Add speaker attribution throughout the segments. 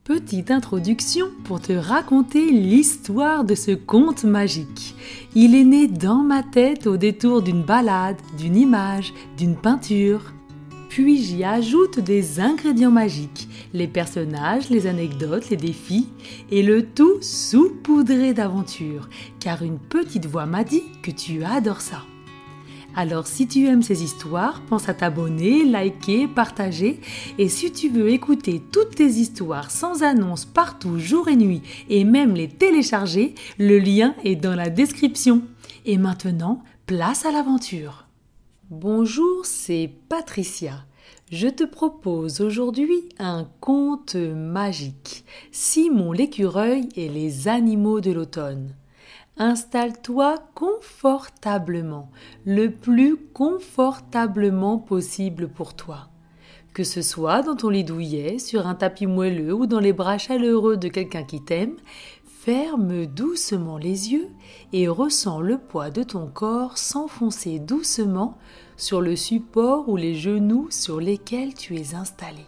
Speaker 1: Petite introduction pour te raconter l'histoire de ce conte magique. Il est né dans ma tête au détour d'une balade, d'une image, d'une peinture. Puis j'y ajoute des ingrédients magiques, les personnages, les anecdotes, les défis, et le tout saupoudré d'aventures, car une petite voix m'a dit que tu adores ça. Alors si tu aimes ces histoires, pense à t'abonner, liker, partager, et si tu veux écouter toutes tes histoires sans annonce partout, jour et nuit, et même les télécharger, le lien est dans la description. Et maintenant, place à l'aventure. Bonjour, c'est Patricia. Je te propose aujourd'hui un conte magique, Simon l'écureuil et les animaux de l'automne. Installe-toi confortablement, le plus confortablement possible pour toi. Que ce soit dans ton lit douillet, sur un tapis moelleux ou dans les bras chaleureux de quelqu'un qui t'aime, ferme doucement les yeux et ressens le poids de ton corps s'enfoncer doucement sur le support ou les genoux sur lesquels tu es installé.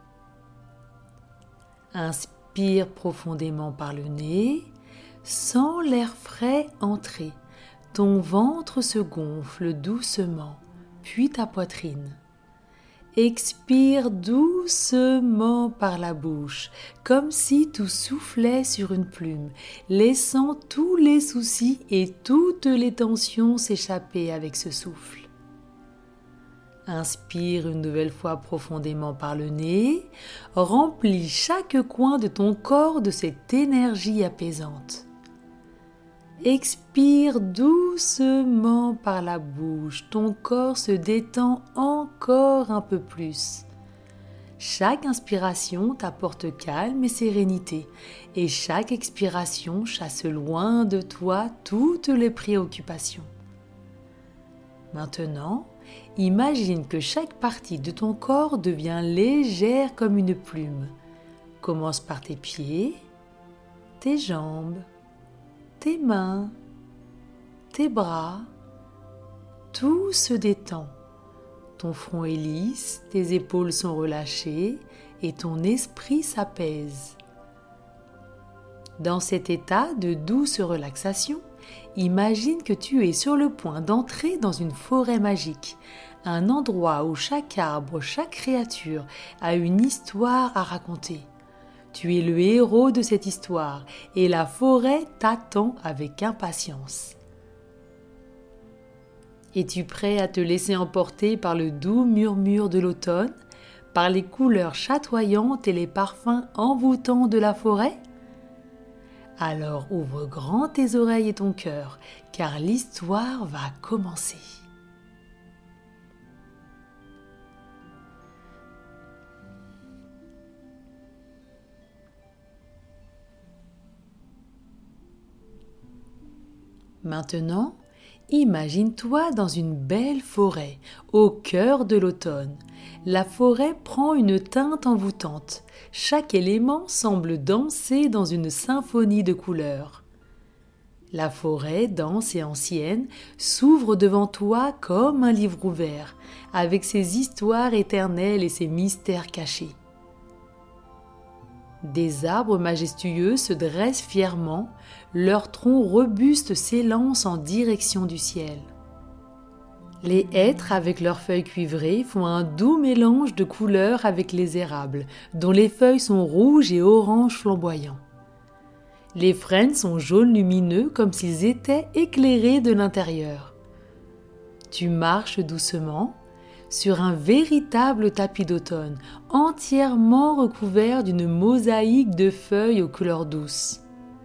Speaker 1: Inspire profondément par le nez. Sens l'air frais entrer, ton ventre se gonfle doucement, puis ta poitrine. Expire doucement par la bouche, comme si tu soufflais sur une plume, laissant tous les soucis et toutes les tensions s'échapper avec ce souffle. Inspire une nouvelle fois profondément par le nez, remplis chaque coin de ton corps de cette énergie apaisante. Expire doucement par la bouche, ton corps se détend encore un peu plus. Chaque inspiration t'apporte calme et sérénité, et chaque expiration chasse loin de toi toutes les préoccupations. Maintenant, imagine que chaque partie de ton corps devient légère comme une plume. Commence par tes pieds, tes jambes, tes mains, tes bras, tout se détend. Ton front est lisse, tes épaules sont relâchées et ton esprit s'apaise. Dans cet état de douce relaxation, imagine que tu es sur le point d'entrer dans une forêt magique, un endroit où chaque arbre, chaque créature a une histoire à raconter. Tu es le héros de cette histoire et la forêt t'attend avec impatience. Es-tu prêt à te laisser emporter par le doux murmure de l'automne, par les couleurs chatoyantes et les parfums envoûtants de la forêt ? Alors ouvre grand tes oreilles et ton cœur, car l'histoire va commencer. Maintenant, imagine-toi dans une belle forêt, au cœur de l'automne. La forêt prend une teinte envoûtante. Chaque élément semble danser dans une symphonie de couleurs. La forêt, dense et ancienne, s'ouvre devant toi comme un livre ouvert, avec ses histoires éternelles et ses mystères cachés. Des arbres majestueux se dressent fièrement, leurs troncs robustes s'élancent en direction du ciel. Les hêtres avec leurs feuilles cuivrées font un doux mélange de couleurs avec les érables, dont les feuilles sont rouges et orange flamboyants. Les frênes sont jaunes lumineux comme s'ils étaient éclairés de l'intérieur. Tu marches doucement sur un véritable tapis d'automne, entièrement recouvert d'une mosaïque de feuilles aux couleurs douces.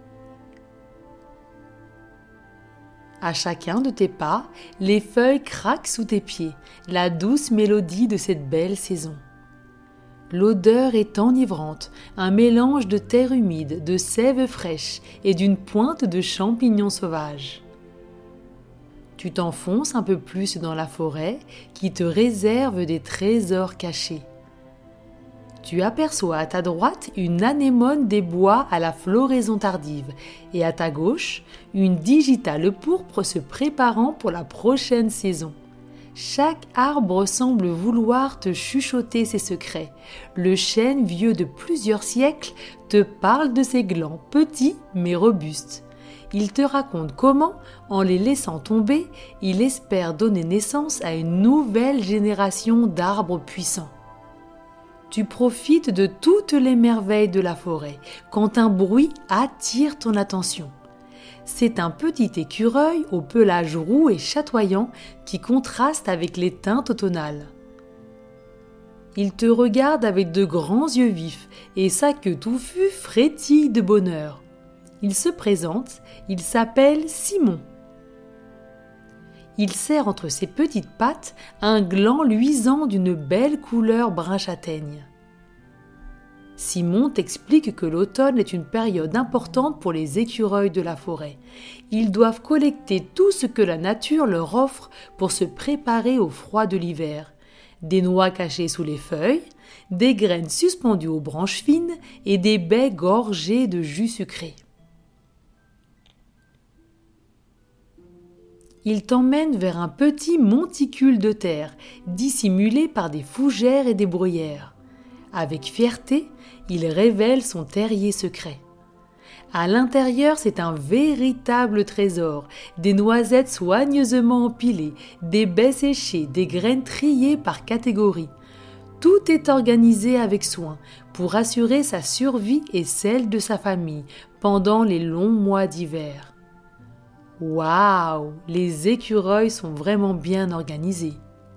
Speaker 1: À chacun de tes pas, les feuilles craquent sous tes pieds, la douce mélodie de cette belle saison. L'odeur est enivrante, un mélange de terre humide, de sève fraîche et d'une pointe de champignons sauvages. Tu t'enfonces un peu plus dans la forêt qui te réserve des trésors cachés. Tu aperçois à ta droite une anémone des bois à la floraison tardive et à ta gauche, une digitale pourpre se préparant pour la prochaine saison. Chaque arbre semble vouloir te chuchoter ses secrets. Le chêne vieux de plusieurs siècles te parle de ses glands petits mais robustes. Il te raconte comment, en les laissant tomber, il espère donner naissance à une nouvelle génération d'arbres puissants. Tu profites de toutes les merveilles de la forêt quand un bruit attire ton attention. C'est un petit écureuil au pelage roux et chatoyant qui contraste avec les teintes automnales. Il te regarde avec de grands yeux vifs et sa queue touffue frétille de bonheur. Il se présente, il s'appelle Simon. Il serre entre ses petites pattes un gland luisant d'une belle couleur brun châtaigne. Simon t'explique que l'automne est une période importante pour les écureuils de la forêt. Ils doivent collecter tout ce que la nature leur offre pour se préparer au froid de l'hiver. Des noix cachées sous les feuilles, des graines suspendues aux branches fines et des baies gorgées de jus sucré. Il t'emmène vers un petit monticule de terre, dissimulé par des fougères et des bruyères. Avec fierté, il révèle son terrier secret. À l'intérieur, c'est un véritable trésor, des noisettes soigneusement empilées, des baies séchées, des graines triées par catégorie. Tout est organisé avec soin pour assurer sa survie et celle de sa famille pendant les longs mois d'hiver. Waouh, les écureuils sont vraiment bien organisés.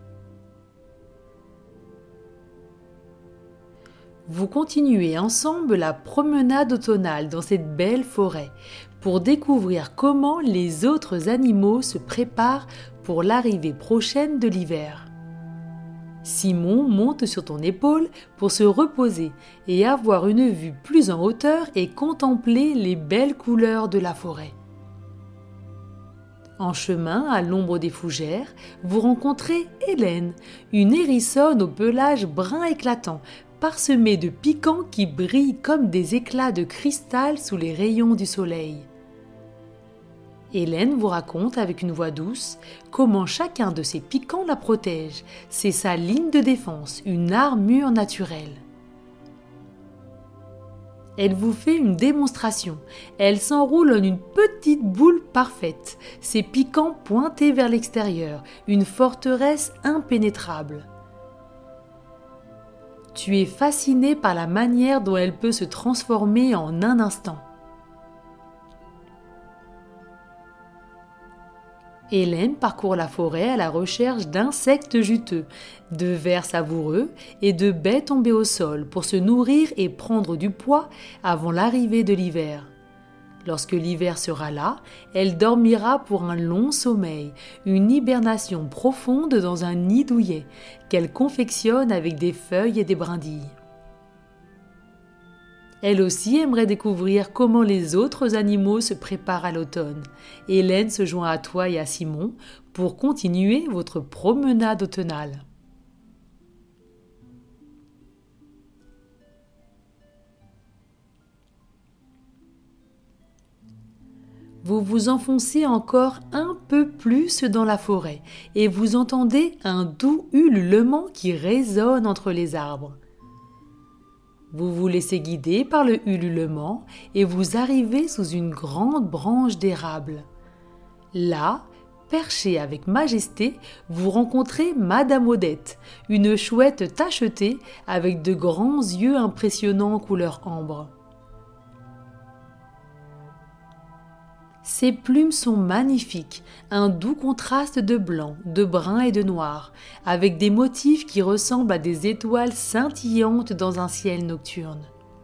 Speaker 1: Vous continuez ensemble la promenade automnale dans cette belle forêt pour découvrir comment les autres animaux se préparent pour l'arrivée prochaine de l'hiver. Simon monte sur ton épaule pour se reposer et avoir une vue plus en hauteur et contempler les belles couleurs de la forêt. En chemin, à l'ombre des fougères, vous rencontrez Hélène, une hérissonne au pelage brun éclatant, parsemée de piquants qui brillent comme des éclats de cristal sous les rayons du soleil. Hélène vous raconte avec une voix douce comment chacun de ces piquants la protège. C'est sa ligne de défense, une armure naturelle. Elle vous fait une démonstration. Elle s'enroule en une petite boule parfaite, ses piquants pointés vers l'extérieur, une forteresse impénétrable. Tu es fasciné par la manière dont elle peut se transformer en un instant. Hélène parcourt la forêt à la recherche d'insectes juteux, de vers savoureux et de baies tombées au sol pour se nourrir et prendre du poids avant l'arrivée de l'hiver. Lorsque l'hiver sera là, elle dormira pour un long sommeil, une hibernation profonde dans un nid douillet qu'elle confectionne avec des feuilles et des brindilles. Elle aussi aimerait découvrir comment les autres animaux se préparent à l'automne. Hélène se joint à toi et à Simon pour continuer votre promenade automnale. Vous vous enfoncez encore un peu plus dans la forêt et vous entendez un doux ululement qui résonne entre les arbres. Vous vous laissez guider par le ululement et vous arrivez sous une grande branche d'érable. Là, perchée avec majesté, vous rencontrez Madame Odette, une chouette tachetée avec de grands yeux impressionnants couleur ambre. Ses plumes sont magnifiques, un doux contraste de blanc, de brun et de noir, avec des motifs qui ressemblent à des étoiles scintillantes dans un ciel nocturne.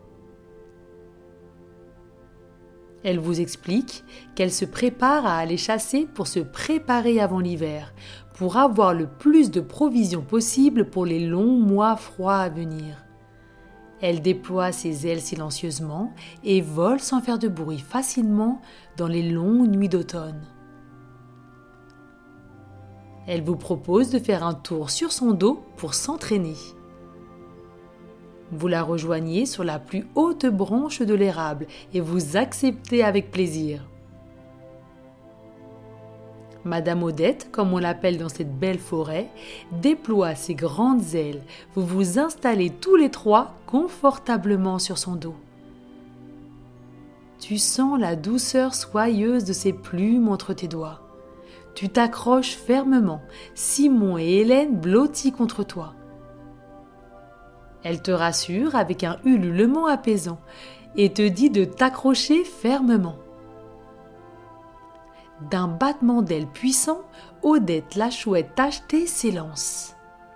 Speaker 1: Elle vous explique qu'elle se prépare à aller chasser pour se préparer avant l'hiver, pour avoir le plus de provisions possible pour les longs mois froids à venir. Elle déploie ses ailes silencieusement et vole sans faire de bruit facilement dans les longues nuits d'automne. Elle vous propose de faire un tour sur son dos pour s'entraîner. Vous la rejoignez sur la plus haute branche de l'érable et vous acceptez avec plaisir. Madame Odette, comme on l'appelle dans cette belle forêt, déploie ses grandes ailes. Vous vous installez tous les trois confortablement sur son dos. Tu sens la douceur soyeuse de ses plumes entre tes doigts. Tu t'accroches fermement. Simon et Hélène blottissent contre toi. Elle te rassure avec un ululement apaisant et te dit de t'accrocher fermement. D'un battement d'ailes puissant, Odette la chouette tachetée s'élance.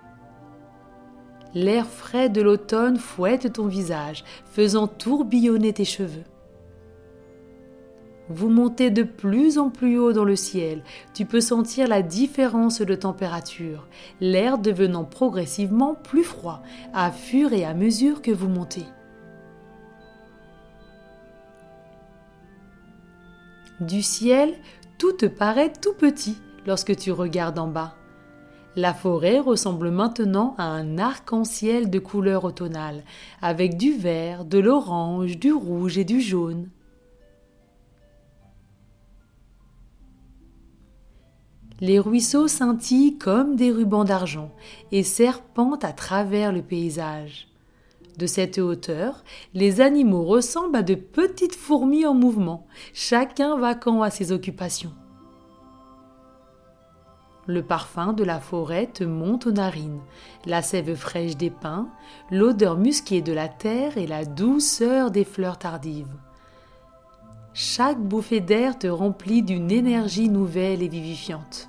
Speaker 1: L'air frais de l'automne fouette ton visage, faisant tourbillonner tes cheveux. Vous montez de plus en plus haut dans le ciel. Tu peux sentir la différence de température, l'air devenant progressivement plus froid à fur et à mesure que vous montez. Du ciel, tout te paraît tout petit lorsque tu regardes en bas. La forêt ressemble maintenant à un arc-en-ciel de couleurs automnales, avec du vert, de l'orange, du rouge et du jaune. Les ruisseaux scintillent comme des rubans d'argent et serpentent à travers le paysage. De cette hauteur, les animaux ressemblent à de petites fourmis en mouvement, chacun vaquant à ses occupations. Le parfum de la forêt te monte aux narines, la sève fraîche des pins, l'odeur musquée de la terre et la douceur des fleurs tardives. Chaque bouffée d'air te remplit d'une énergie nouvelle et vivifiante.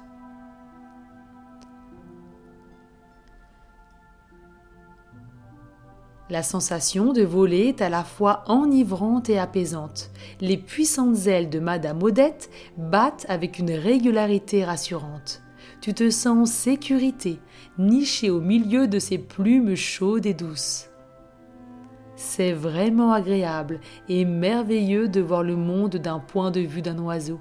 Speaker 1: La sensation de voler est à la fois enivrante et apaisante. Les puissantes ailes de Madame Odette battent avec une régularité rassurante. Tu te sens en sécurité, niché au milieu de ces plumes chaudes et douces. C'est vraiment agréable et merveilleux de voir le monde d'un point de vue d'un oiseau.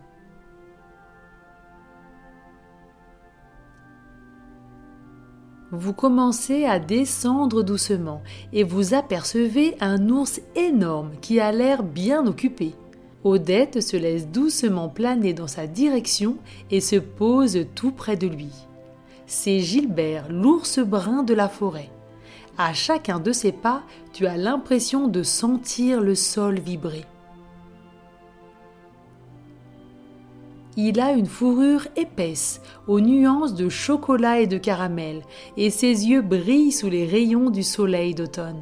Speaker 1: Vous commencez à descendre doucement et vous apercevez un ours énorme qui a l'air bien occupé. Odette se laisse doucement planer dans sa direction et se pose tout près de lui. C'est Gilbert, l'ours brun de la forêt. À chacun de ses pas, tu as l'impression de sentir le sol vibrer. Il a une fourrure épaisse, aux nuances de chocolat et de caramel, et ses yeux brillent sous les rayons du soleil d'automne.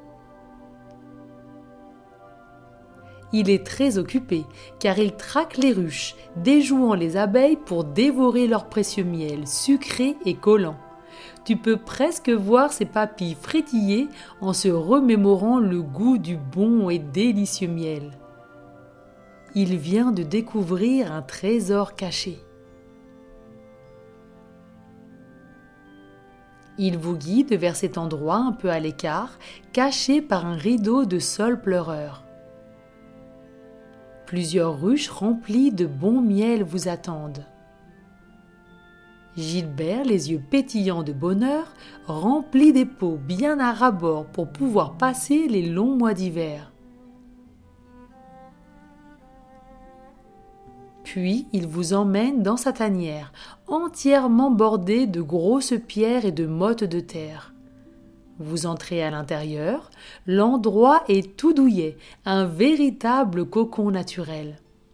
Speaker 1: Il est très occupé, car il traque les ruches, déjouant les abeilles pour dévorer leur précieux miel, sucré et collant. Tu peux presque voir ses papilles frétiller en se remémorant le goût du bon et délicieux miel. Il vient de découvrir un trésor caché. Il vous guide vers cet endroit un peu à l'écart, caché par un rideau de sol pleureur. Plusieurs ruches remplies de bon miel vous attendent. Gilbert, les yeux pétillants de bonheur, remplit des pots bien à ras-bord pour pouvoir passer les longs mois d'hiver. Puis il vous emmène dans sa tanière, entièrement bordée de grosses pierres et de mottes de terre. Vous entrez à l'intérieur, l'endroit est tout douillet, un véritable cocon naturel.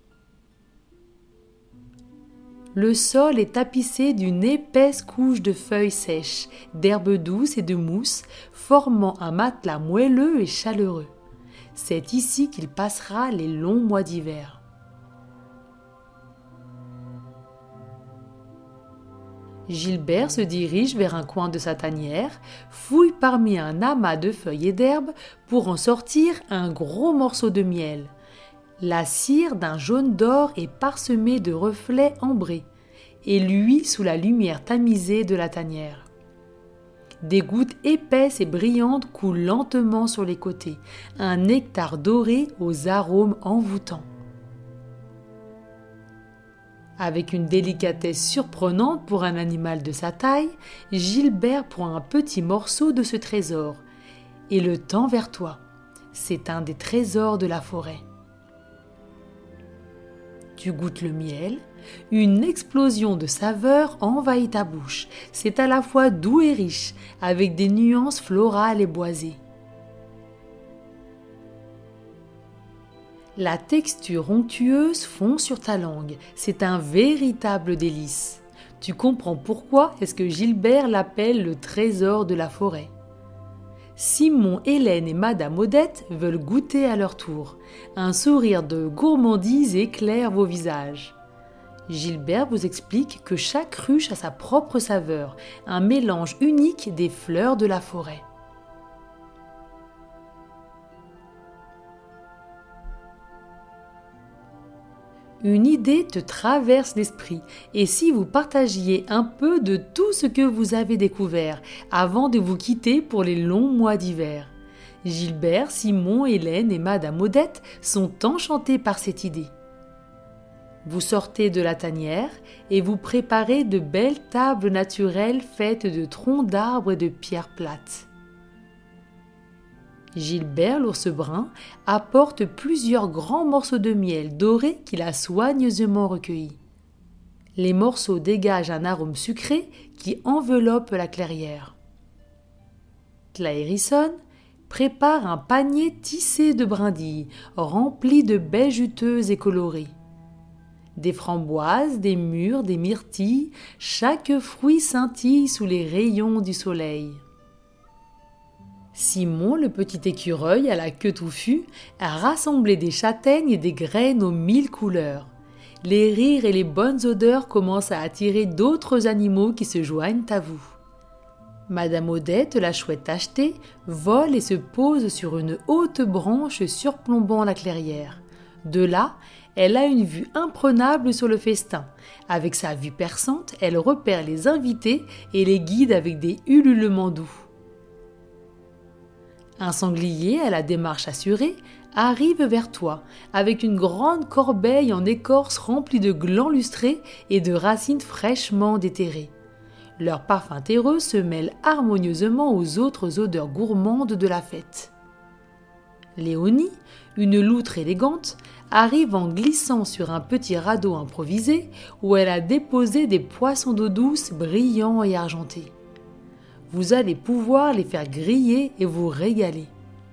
Speaker 1: Le sol est tapissé d'une épaisse couche de feuilles sèches, d'herbes douces et de mousse, formant un matelas moelleux et chaleureux. C'est ici qu'il passera les longs mois d'hiver. Gilbert se dirige vers un coin de sa tanière, fouille parmi un amas de feuilles et d'herbes pour en sortir un gros morceau de miel. La cire d'un jaune d'or est parsemée de reflets ambrés et luit sous la lumière tamisée de la tanière. Des gouttes épaisses et brillantes coulent lentement sur les côtés, un nectar doré aux arômes envoûtants. Avec une délicatesse surprenante pour un animal de sa taille, Gilbert prend un petit morceau de ce trésor et le tend vers toi. C'est un des trésors de la forêt. Tu Tu goûtes le miel, une explosion de saveurs envahit ta bouche. C'est à la fois doux et riche, avec des nuances florales et boisées. La texture onctueuse fond sur ta langue, c'est un véritable délice. Tu comprends pourquoi est-ce que Gilbert l'appelle le trésor de la forêt. Simon, Hélène et Madame Odette veulent goûter à leur tour. Un sourire de gourmandise éclaire vos visages. Gilbert vous explique que chaque ruche a sa propre saveur, un mélange unique des fleurs de la forêt. Une idée te traverse l'esprit, et si vous partagiez un peu de tout ce que vous avez découvert avant de vous quitter pour les longs mois d'hiver? Gilbert, Simon, Hélène et Madame Odette sont enchantés par cette idée. Vous sortez de la tanière et vous préparez de belles tables naturelles faites de troncs d'arbres et de pierres plates. Gilbert, l'ours brun, apporte plusieurs grands morceaux de miel doré qu'il a soigneusement recueillis. Les morceaux dégagent un arôme sucré qui enveloppe la clairière. Clairison prépare un panier tissé de brindilles, rempli de baies juteuses et colorées. Des framboises, des mûres, des myrtilles, chaque fruit scintille sous les rayons du soleil. Simon, le petit écureuil à la queue touffue, a rassemblé des châtaignes et des graines aux 1000 couleurs. Les rires et les bonnes odeurs commencent à attirer d'autres animaux qui se joignent à vous. Madame Odette, la chouette tachetée, vole et se pose sur une haute branche surplombant la clairière. De là, elle a une vue imprenable sur le festin. Avec sa vue perçante, elle repère les invités et les guide avec des ululements doux. Un sanglier à la démarche assurée arrive vers toi avec une grande corbeille en écorce remplie de glands lustrés et de racines fraîchement déterrées. Leur parfum terreux se mêle harmonieusement aux autres odeurs gourmandes de la fête. Léonie, une loutre élégante, arrive en glissant sur un petit radeau improvisé où elle a déposé des poissons d'eau douce brillants et argentés. Vous allez pouvoir les faire griller et vous régaler.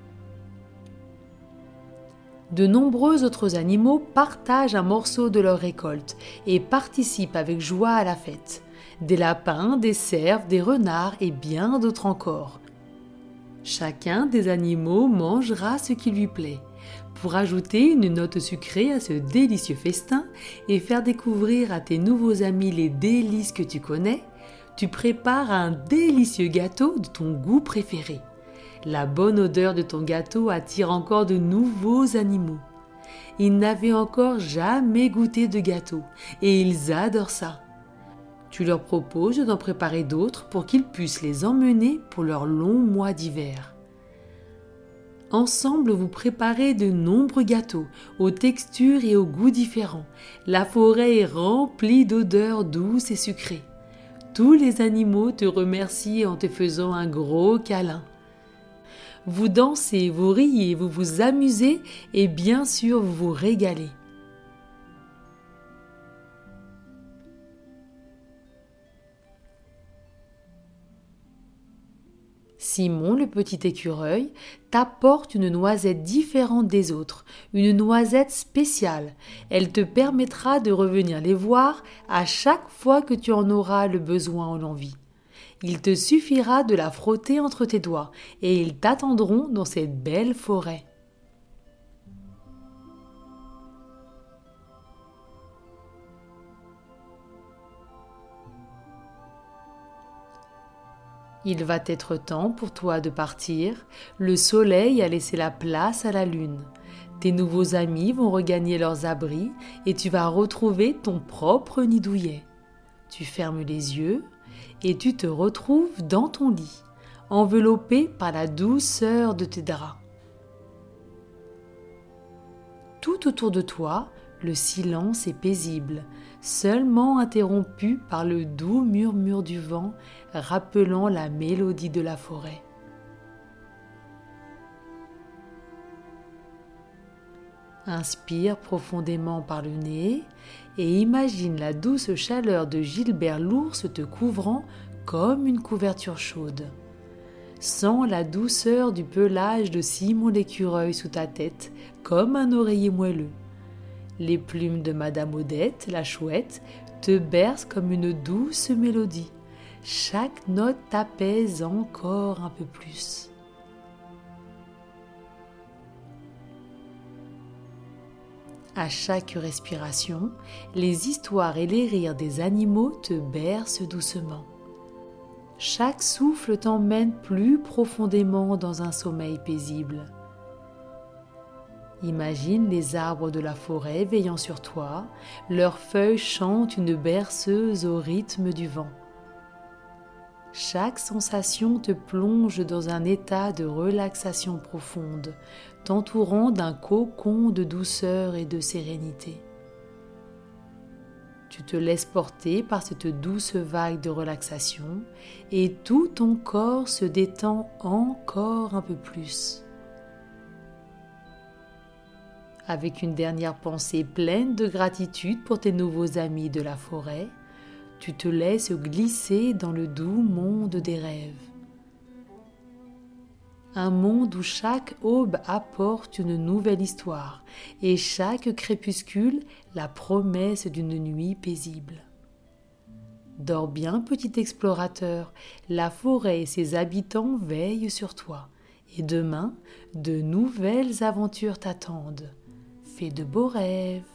Speaker 1: De nombreux autres animaux partagent un morceau de leur récolte et participent avec joie à la fête. Des lapins, des cerfs, des renards et bien d'autres encore. Chacun des animaux mangera ce qui lui plaît, pour ajouter une note sucrée à ce délicieux festin et faire découvrir à tes nouveaux amis les délices que tu connais. Tu prépares un délicieux gâteau de ton goût préféré. La bonne odeur de ton gâteau attire encore de nouveaux animaux. Ils n'avaient encore jamais goûté de gâteau et ils adorent ça. Tu leur proposes d'en préparer d'autres pour qu'ils puissent les emmener pour leurs longs mois d'hiver. Ensemble, vous préparez de nombreux gâteaux, aux textures et aux goûts différents. La forêt est remplie d'odeurs douces et sucrées. Tous les animaux te remercient en te faisant un gros câlin. Vous dansez, vous riez, vous vous amusez et bien sûr vous vous régalez. Simon, le petit écureuil, t'apporte une noisette différente des autres, une noisette spéciale. Elle te permettra de revenir les voir à chaque fois que tu en auras le besoin ou l'envie. Il te suffira de la frotter entre tes doigts et ils t'attendront dans cette belle forêt. Il va être temps pour toi de partir, le soleil a laissé la place à la lune. Tes nouveaux amis vont regagner leurs abris et tu vas retrouver ton propre nid douillet. Tu fermes les yeux et tu te retrouves dans ton lit, enveloppé par la douceur de tes draps. Tout autour de toi, le silence est paisible, seulement interrompu par le doux murmure du vent rappelant la mélodie de la forêt. Inspire profondément par le nez et imagine la douce chaleur de Gilbert l'ours te couvrant comme une couverture chaude. Sens la douceur du pelage de Simon l'écureuil sous ta tête comme un oreiller moelleux. Les plumes de Madame Odette, la chouette, te bercent comme une douce mélodie. Chaque note t'apaise encore un peu plus. À chaque respiration, les histoires et les rires des animaux te bercent doucement. Chaque souffle t'emmène plus profondément dans un sommeil paisible. Imagine les arbres de la forêt veillant sur toi, leurs feuilles chantent une berceuse au rythme du vent. Chaque sensation te plonge dans un état de relaxation profonde, t'entourant d'un cocon de douceur et de sérénité. Tu te laisses porter par cette douce vague de relaxation et tout ton corps se détend encore un peu plus. Avec une dernière pensée pleine de gratitude pour tes nouveaux amis de la forêt, tu te laisses glisser dans le doux monde des rêves. Un monde où chaque aube apporte une nouvelle histoire et chaque crépuscule la promesse d'une nuit paisible. Dors bien, petit explorateur, la forêt et ses habitants veillent sur toi. Et demain, de nouvelles aventures t'attendent. Fais de beaux rêves.